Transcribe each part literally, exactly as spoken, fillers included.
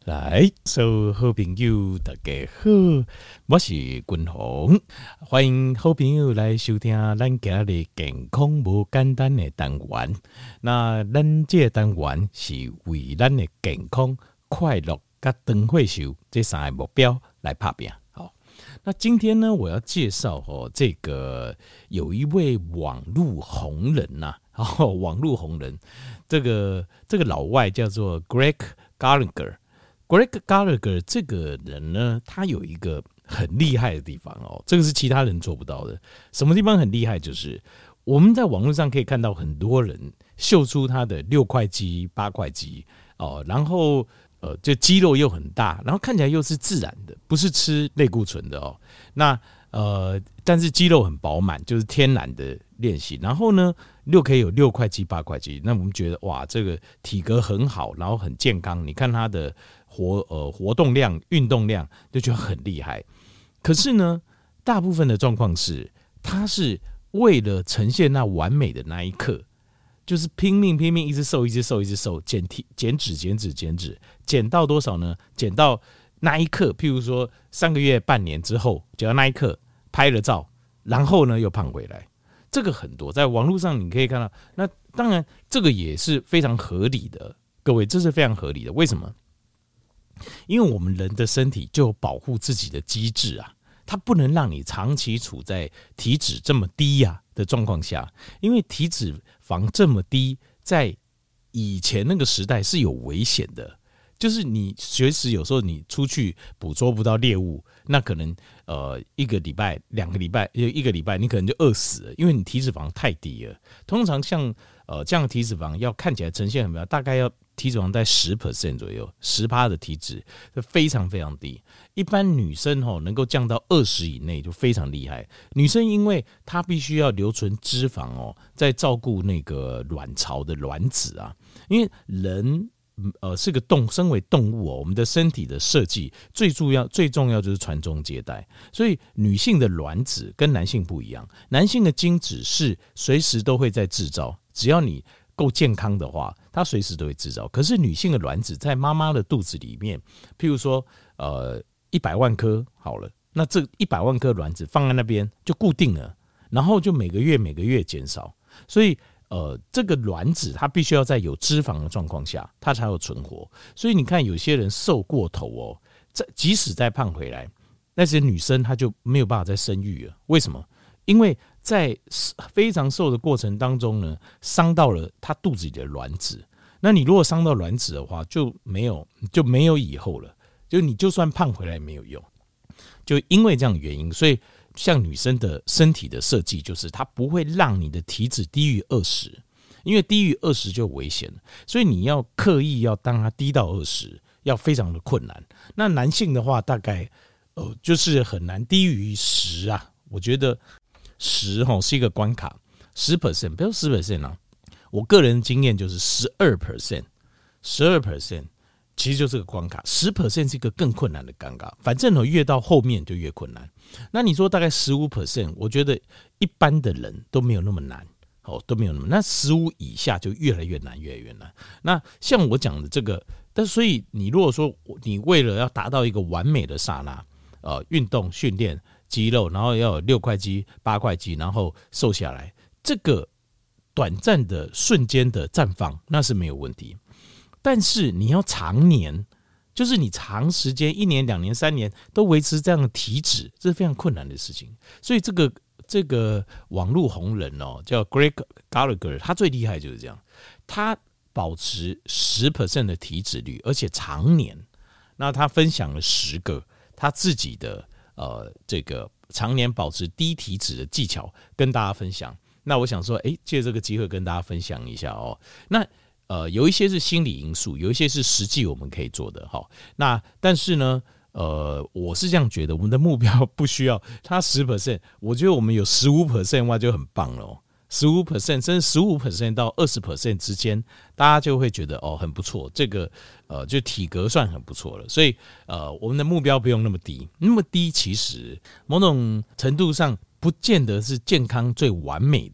来，所有好朋友大家好，我是君鸿，欢迎好朋友来收听咱今日健康无简单的单元。那咱这个单元是为咱的健康、快乐甲长寿寿这三个目标来打拼。好，那今天呢，我要介绍哦，这个有一位网络红人呐、啊，哦，网络红人，这个这个老外叫做 Greg Gallagher。Greg Gallagher 这个人呢，他有一个很厉害的地方哦，这个是其他人做不到的。什么地方很厉害？就是我们在网络上可以看到很多人秀出他的六块肌、八块肌哦，然后呃，这肌肉又很大，然后看起来又是自然的，不是吃类固醇的哦。那呃，但是肌肉很饱满，就是天然的练习。然后呢，又可以有六块肌、八块肌，那我们觉得哇，这个体格很好，然后很健康。你看他的活呃活动量、运动量，就觉得很厉害。可是呢，大部分的状况是，他是为了呈现那完美的那一刻，就是拼命拼命一直瘦，一直瘦，一直瘦，减体减脂、减脂、减脂，减到多少呢？减到那一刻，譬如说三个月、半年之后，减到那一刻拍了照，然后呢又胖回来。这个很多，在网络上你可以看到。那当然，这个也是非常合理的，各位，这是非常合理的。为什么？因为我们人的身体就有保护自己的机制啊，它不能让你长期处在体脂这么低啊的状况下，因为体脂肪这么低，在以前那个时代是有危险的。就是你随时有时候你出去捕捉不到猎物，那可能呃一个礼拜、两个礼拜、一个礼拜，你可能就饿死了，因为你体脂肪太低了。通常像呃这样的体脂肪要看起来呈现很高，大概要体脂肪在十 percent 左右， 百分之十 的体脂，非常非常低。一般女生吼能够降到二十以内就非常厉害。女生因为她必须要留存脂肪哦，在照顾那个卵巢的卵子啊，因为人。呃，是个动，身为动物哦，我们的身体的设计最重要、最重要就是传宗接代。所以女性的卵子跟男性不一样，男性的精子是随时都会在制造，只要你够健康的话，它随时都会制造。可是女性的卵子在妈妈的肚子里面，譬如说，呃，一百万颗好了，那这一百万颗卵子放在那边就固定了，然后就每个月每个月减少，所以。呃，这个卵子它必须要在有脂肪的状况下，它才有存活。所以你看，有些人瘦过头哦，即使再胖回来，那些女生她就没有办法再生育了。为什么？因为在非常瘦的过程当中呢，伤到了她肚子里的卵子。那你如果伤到卵子的话，就没有就没有以后了。就你就算胖回来也没有用。就因为这样的原因，所以。像女生的身体的设计，就是它不会让你的体脂低于二十，因为低于二十就危险了，所以你要刻意要当它低到二十，要非常的困难。那男性的话，大概呃就是很难低于十啊，我觉得十哈是一个关卡，十 percent 不要十 percent 啊，我个人经验就是十二 percent， 十二 percent。其实就是个关卡， 百分之十 是一个更困难的尴尬，反正越到后面就越困难。那你说大概 百分之十五， 我觉得一般的人都没有那么难，哦，都没有那么难。那十五以下就越来越难，越来越难。那像我讲的这个，但所以你如果说你为了要达到一个完美的刹那，呃，运动训练肌肉，然后要有六块肌、八块肌，然后瘦下来，这个短暂的瞬间的绽放那是没有问题。但是你要常年，就是你长时间一年、两年、三年都维持这样的体脂，这是非常困难的事情。所以这个这个网络红人哦，叫 Greg Gallagher， 他最厉害就是这样，他保持 百分之十 的体脂率，而且常年。那他分享了十个他自己的呃这个常年保持低体脂的技巧，跟大家分享。那我想说，哎，借这个机会跟大家分享一下哦。那呃，有一些是心理因素，有一些是实际我们可以做的哈。那但是呢，呃，我是这样觉得，我们的目标不需要它 百分之十， 我觉得我们有 百分之十五 的话就很棒了哦。百分之十五 甚至 十五 到 百分之二十 之间，大家就会觉得哦很不错，这个呃就体格算很不错了。所以呃，我们的目标不用那么低，那么低其实某种程度上不见得是健康最完美的。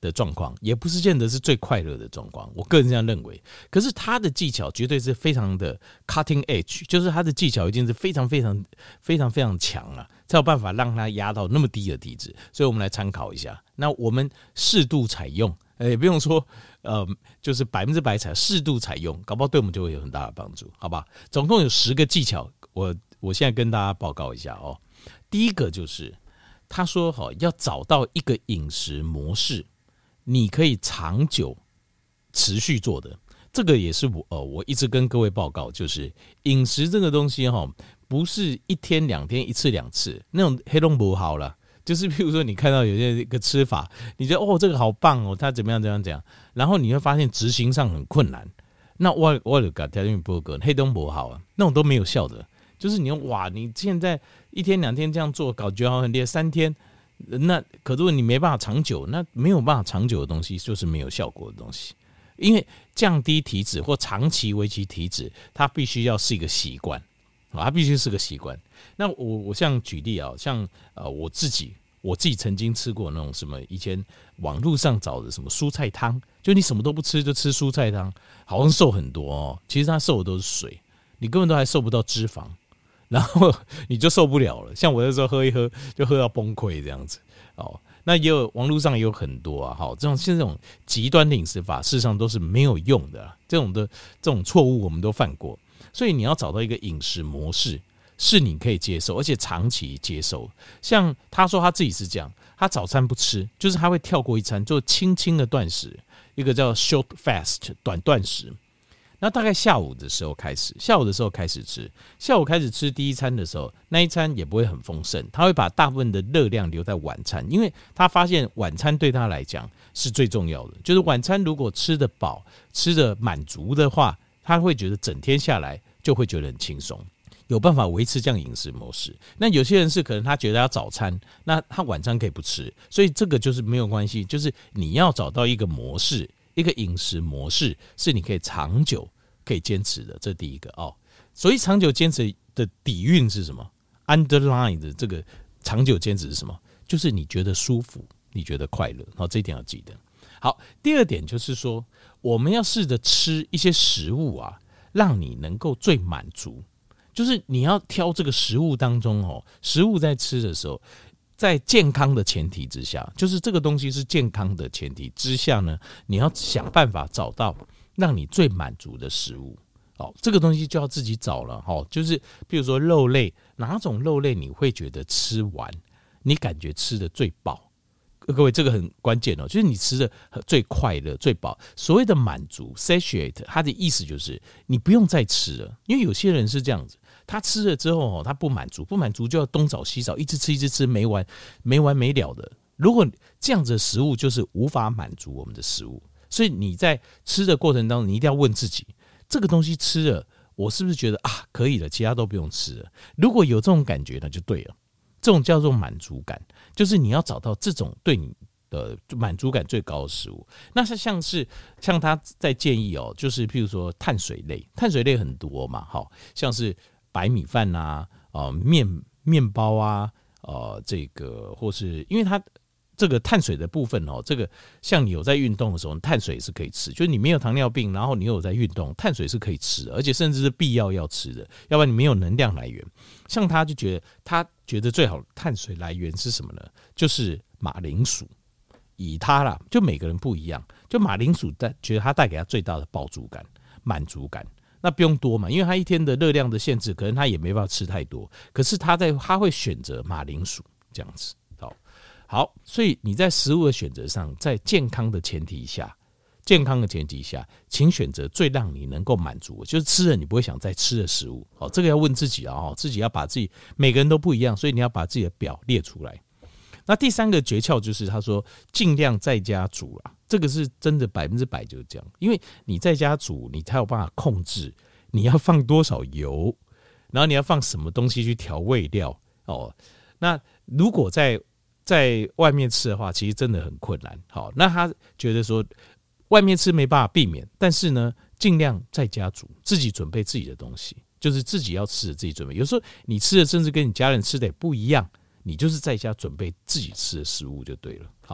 的状况，也不是见得是最快乐的状况，我个人这样认为。可是他的技巧绝对是非常的 cutting edge， 就是他的技巧一定是非常非常非常非常强啊，才有办法让他压到那么低的体脂。所以我们来参考一下，那我们适度采用，也、欸、不用说呃，就是百分之百采适度采用，搞不好对我们就会有很大的帮助，好吧？总共有十个技巧，我我现在跟大家报告一下哦。第一个就是他说好要找到一个饮食模式，你可以长久持续做的。这个也是我呃我一直跟各位报告，就是饮食这个东西哈，不是一天两天一次两次那种黑洞不好了。就是譬如说你看到有些一个吃法，你觉得哦这个好棒哦，他怎么样怎么样怎样，然后你会发现执行上很困难。那我我有个条件不够，黑洞不好啊，那种都没有效的。就是你哇，你现在一天两天这样做，搞觉得很厉害，三天，那可如果你没办法长久，那没有办法长久的东西就是没有效果的东西。因为降低体脂或长期维持体脂，它必须要是一个习惯。它必须是个习惯。那我我像举例啊，像呃我自己我自己曾经吃过那种什么以前网络上找的什么蔬菜汤，就你什么都不吃就吃蔬菜汤，好像瘦很多哦。其实它瘦的都是水，你根本都还瘦不到脂肪，然后你就受不了了。像我那时候喝一喝就喝到崩溃这样子哦。那也有网络上也有很多啊，好，这种像这种极端的饮食法，事实上都是没有用的、啊。这种的这种错误我们都犯过。所以你要找到一个饮食模式是你可以接受而且长期接受。像他说他自己是这样，他早餐不吃，就是他会跳过一餐，做轻轻的断食，一个叫 short fast 短断食。那大概下午的时候开始，下午的时候开始吃，下午开始吃第一餐的时候，那一餐也不会很丰盛，他会把大部分的热量留在晚餐，因为他发现晚餐对他来讲是最重要的，就是晚餐如果吃得饱、吃得满足的话，他会觉得整天下来就会觉得很轻松，有办法维持这样饮食模式。那有些人是可能他觉得要早餐，那他晚餐可以不吃，所以这个就是没有关系，就是你要找到一个模式，一个饮食模式是你可以长久可以坚持的，这第一个哦。所以长久坚持的底蕴是什么 ？underline 的这个长久坚持是什么？就是你觉得舒服，你觉得快乐，好，这一点要记得。好，第二点就是说，我们要试着吃一些食物啊，让你能够最满足。就是你要挑这个食物当中哦，食物在吃的时候，在健康的前提之下，就是这个东西是健康的前提之下呢，你要想办法找到让你最满足的食物。哦，这个东西就要自己找了哦。就是比如说肉类，哪种肉类你会觉得吃完，你感觉吃的最饱？各位，这个很关键哦，就是你吃的最快乐、最饱。所谓的满足 （satiate）， 它的意思就是你不用再吃了，因为有些人是这样子，他吃了之后他不满足，不满足就要东找西找，一直吃一直吃，没完没完没了的。如果这样子的食物就是无法满足我们的食物，所以你在吃的过程当中，你一定要问自己，这个东西吃了，我是不是觉得啊可以了，其他都不用吃了？如果有这种感觉，那就对了。这种叫做满足感，就是你要找到这种对你的满足感最高的食物。那是像是像他在建议哦，就是譬如说碳水类，碳水类很多嘛，好像是白米饭啊、呃、面面包啊、呃这个或是因为它这个碳水的部分哦，这个像你有在运动的时候，碳水是可以吃，就是你没有糖尿病，然后你有在运动，碳水是可以吃的，而且甚至是必要要吃的，要不然你没有能量来源。像他就觉得，他觉得最好的碳水来源是什么呢？就是马铃薯。以他啦，就每个人不一样，就马铃薯带觉得它带给他最大的饱足感、满足感。那不用多嘛，因为他一天的热量的限制，可能他也没办法吃太多。可是他在他会选择马铃薯这样子。好，所以你在食物的选择上，在健康的前提下，健康的前提下，请选择最让你能够满足的，就是吃了你不会想再吃的食物。好，这个要问自己啊，自己要把自己每个人都不一样，所以你要把自己的表列出来。那第三个诀窍就是他说，尽量在家煮啦，这个是真的百分之百就是这样，因为你在家煮，你才有办法控制你要放多少油，然后你要放什么东西去调味料哦。那如果在在外面吃的话，其实真的很困难。好，那他觉得说，外面吃没办法避免，但是呢，尽量在家煮，自己准备自己的东西，就是自己要吃的自己准备。有时候你吃的甚至跟你家人吃的也不一样，你就是在家准备自己吃的食物就对了。好，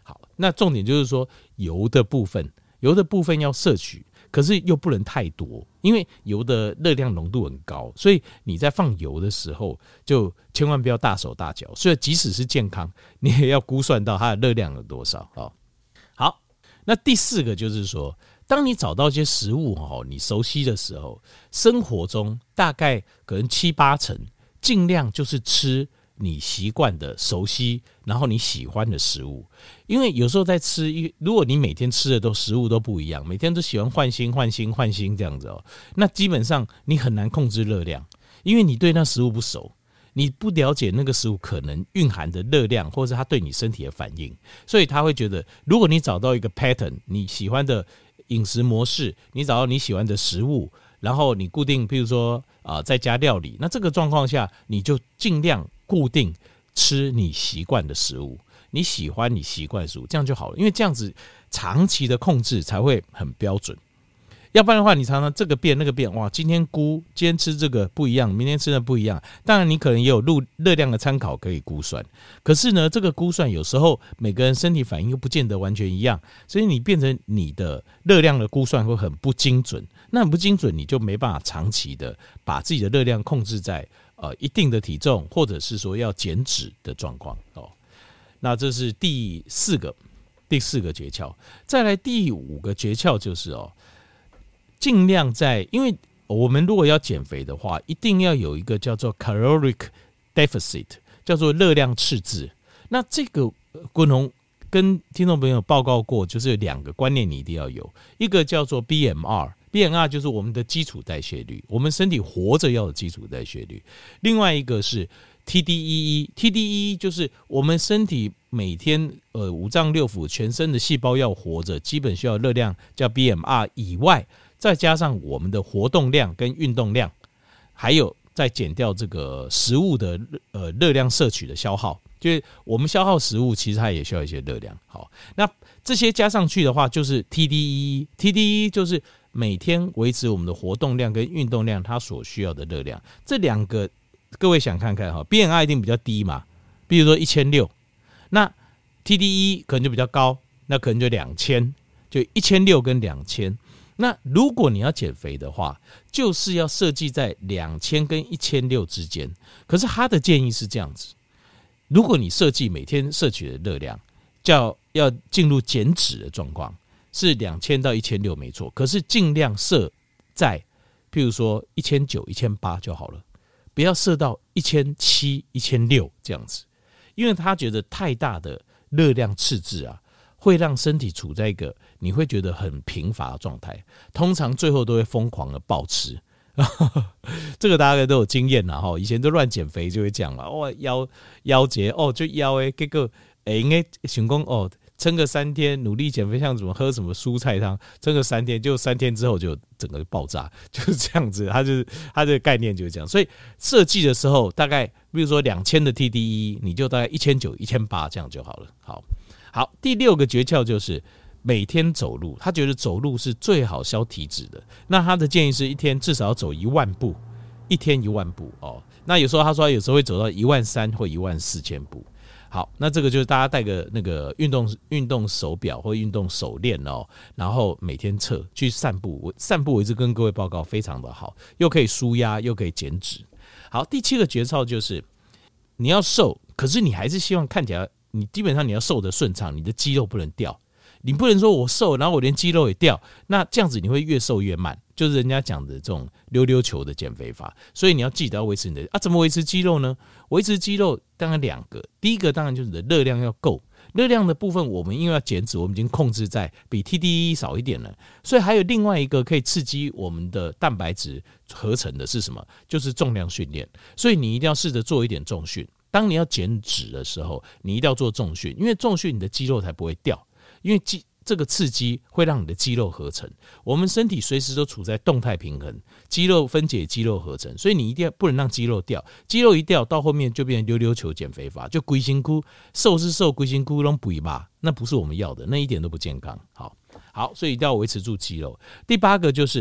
好，那重点就是说油的部分，油的部分要摄取，可是又不能太多，因为油的热量浓度很高，所以你在放油的时候就千万不要大手大脚，所以即使是健康，你也要估算到它的热量有多少。好，那第四个就是说，当你找到一些食物你熟悉的时候，生活中大概可能七八成尽量就是吃你习惯的、熟悉，然后你喜欢的食物。因为有时候在吃，如果你每天吃的都食物都不一样，每天都喜欢换新换新换新这样子哦，那基本上你很难控制热量，因为你对那食物不熟，你不了解那个食物可能蕴含的热量，或者它对你身体的反应，所以他会觉得，如果你找到一个 pattern， 你喜欢的饮食模式，你找到你喜欢的食物，然后你固定，譬如说啊、呃，在家料理，那这个状况下，你就尽量固定吃你习惯的食物，你喜欢你习惯的食物，这样就好了。因为这样子长期的控制才会很标准。要不然的话，你常常这个变那个变，哇，今天估今天吃这个不一样，明天吃的不一样。当然，你可能也有热量的参考可以估算，可是呢，这个估算有时候每个人身体反应又不见得完全一样，所以你变成你的热量的估算会很不精准。那很不精准，你就没办法长期的把自己的热量控制在呃一定的体重，或者是说要减脂的状况哦。那这是第四个第四个诀窍。再来第五个诀窍就是哦。尽量在，因为我们如果要减肥的话，一定要有一个叫做 caloric deficit， 叫做热量赤字。那这个滚宏跟听众朋友报告过，就是有两个观念你一定要有，一个叫做 B M R，B M R 就是我们的基础代谢率，我们身体活着要有基础代谢率。另外一个是 T D E E，T D E E 就是我们身体每天呃五脏六腑全身的细胞要活着，基本需要热量叫 B M R 以外。再加上我们的活动量跟运动量，还有再减掉这个食物的呃热量摄取的消耗，就是我们消耗食物，其实它也需要一些热量。好，那这些加上去的话，就是 T D E E，T D E E 就是每天维持我们的活动量跟运动量它所需要的热量。这两个各位想看看哈 ，B M R 一定比较低嘛，比如说一千六，那 T D E E 可能就比较高，那可能就两千，就一千六跟两千。那如果你要减肥的话，就是要设计在两千跟一千六之间。可是他的建议是这样子：如果你设计每天摄取的热量，叫要进入减脂的状况，是两千到一千六没错。可是尽量设在，譬如说一千九、一千八就好了，不要设到一千七、一千六这样子，因为他觉得太大的热量赤字啊。会让身体处在一个你会觉得很贫乏的状态，通常最后都会疯狂的暴吃。这个大家都有经验啦，以前都乱减肥就会这样嘛，哦腰腰节哦就腰诶，结果诶应该想说哦撑个三天努力减肥，像什么喝什么蔬菜汤，撑个三天，就三天之后就整个爆炸，就是这样子。它就是它这个概念就是这样，所以设计的时候大概比如说两千的 T D E， 你就大概一千九、一千八这样就好了。好。好，第六个诀窍就是每天走路，他觉得走路是最好消体脂的。那他的建议是一天至少要走一万步，一天一万步哦。那有时候他说他有时候会走到一万三或一万四千步。好，那这个就是大家带个那个运动运动手表或运动手链哦，然后每天测去散步。我散步我一直跟各位报告非常的好，又可以舒压又可以减脂。好，第七个诀窍就是你要瘦，可是你还是希望看起来。你基本上你要瘦得顺畅，你的肌肉不能掉，你不能说我瘦，然后我连肌肉也掉，那这样子你会越瘦越慢，就是人家讲的这种溜溜球的减肥法。所以你要记得要维持你的啊，怎么维持肌肉呢？维持肌肉当然两个，第一个当然就是你的热量要够，热量的部分我们因为要减脂，我们已经控制在比 T D E E 少一点了，所以还有另外一个可以刺激我们的蛋白质合成的是什么？就是重量训练。所以你一定要试着做一点重训。当你要减脂的时候，你一定要做重训，因为重训你的肌肉才不会掉，因为肌这个刺激会让你的肌肉合成。我们身体随时都处在动态平衡，肌肉分解、肌肉合成，所以你一定要不能让肌肉掉。肌肉一掉，到后面就变成溜溜球减肥法，就龟辛苦瘦是瘦，龟辛苦拢不一吧，那不是我们要的，那一点都不健康。好，好，所以一定要维持住肌肉。第八个就是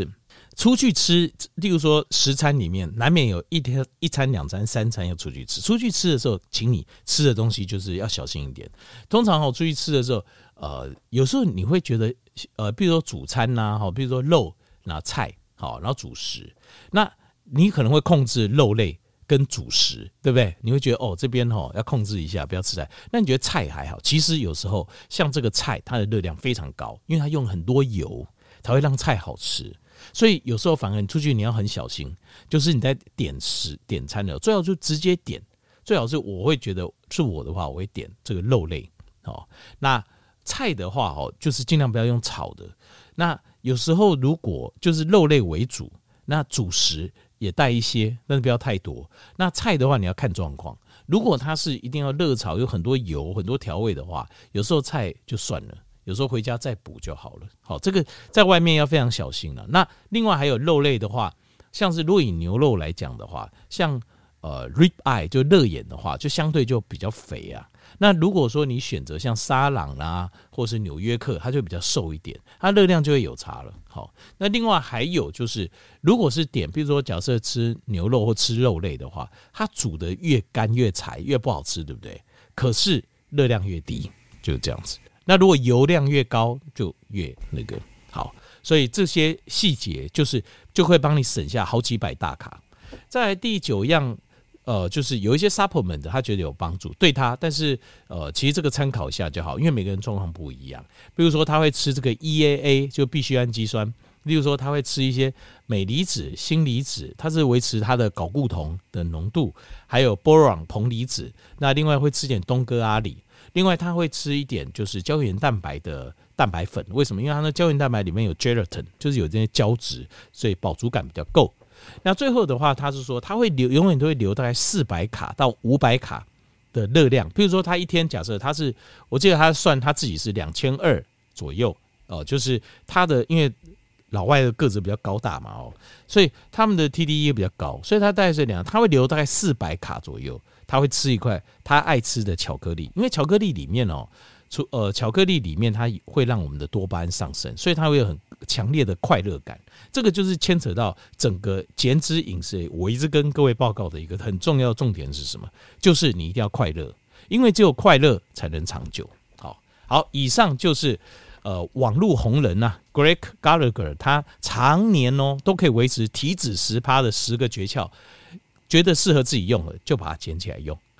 出去吃，例如说十餐里面，难免有一天一餐、两餐、三餐要出去吃。出去吃的时候，请你吃的东西就是要小心一点。通常我出去吃的时候，呃，有时候你会觉得，呃，比如说主餐呐，哈，比如说肉、那菜，好，然后主食，那你可能会控制肉类跟主食，对不对？你会觉得哦，这边哦要控制一下，不要吃菜。那你觉得菜还好？其实有时候像这个菜，它的热量非常高，因为它用很多油，才会让菜好吃。所以有时候反而你出去你要很小心，就是你在点食点餐的，最好就直接点。最好是我会觉得是我的话，我会点这个肉类哦。那菜的话哦，就是尽量不要用炒的。那有时候如果就是肉类为主，那主食也带一些，但是不要太多。那菜的话你要看状况，如果它是一定要热炒，有很多油、很多调味的话，有时候菜就算了。有时候回家再补就好了。好，这个在外面要非常小心了。那另外还有肉类的话，像是如果以牛肉来讲的话，像呃 rib eye 就肋眼的话，就相对就比较肥啊。那如果说你选择像沙朗啦，或是纽约客，它就比较瘦一点，它热量就会有差了。好，那另外还有就是，如果是点，比如说假设吃牛肉或吃肉类的话，它煮的越干越柴，越不好吃，对不对？可是热量越低，就是这样子。那如果油量越高，就越那个好，所以这些细节就是就会帮你省下好几百大卡。再来第九样，呃，就是有一些 supplement 他觉得有帮助，对他，但是呃，其实这个参考一下就好，因为每个人状况不一样。比如说他会吃这个 E A A， 就必需氨基酸，例如说他会吃一些镁离子、锌离子，它是维持它的睾固酮的浓度，还有 boron 硼离子。那另外会吃点东哥阿里。另外，他会吃一点就是胶原蛋白的蛋白粉，为什么？因为它的胶原蛋白里面有 gelatin， 就是有这些胶质，所以饱足感比较够。那最后的话，他是说他会留，永远都会留大概四百卡到五百卡的热量。譬如说，他一天假设他是，我记得他算他自己是两千二左右，哦、呃，就是他的因为老外的个子比较高大嘛，哦，所以他们的 T D E 也比较高，所以他大概是两，他会留大概四百卡左右。他会吃一块他爱吃的巧克力，因为巧克力里面哦，除呃巧克力里面它会让我们的多巴胺上升，所以它会有很强烈的快乐感。这个就是牵扯到整个减脂饮食。我一直跟各位报告的一个很重要的重点是什么？就是你一定要快乐，因为只有快乐才能长久。好，好，以上就是呃网络红人呐、啊、，Greg Gallagher 他常年哦都可以维持体脂 百分之十 的十个诀窍。觉得适合自己用了，就把它捡起来用。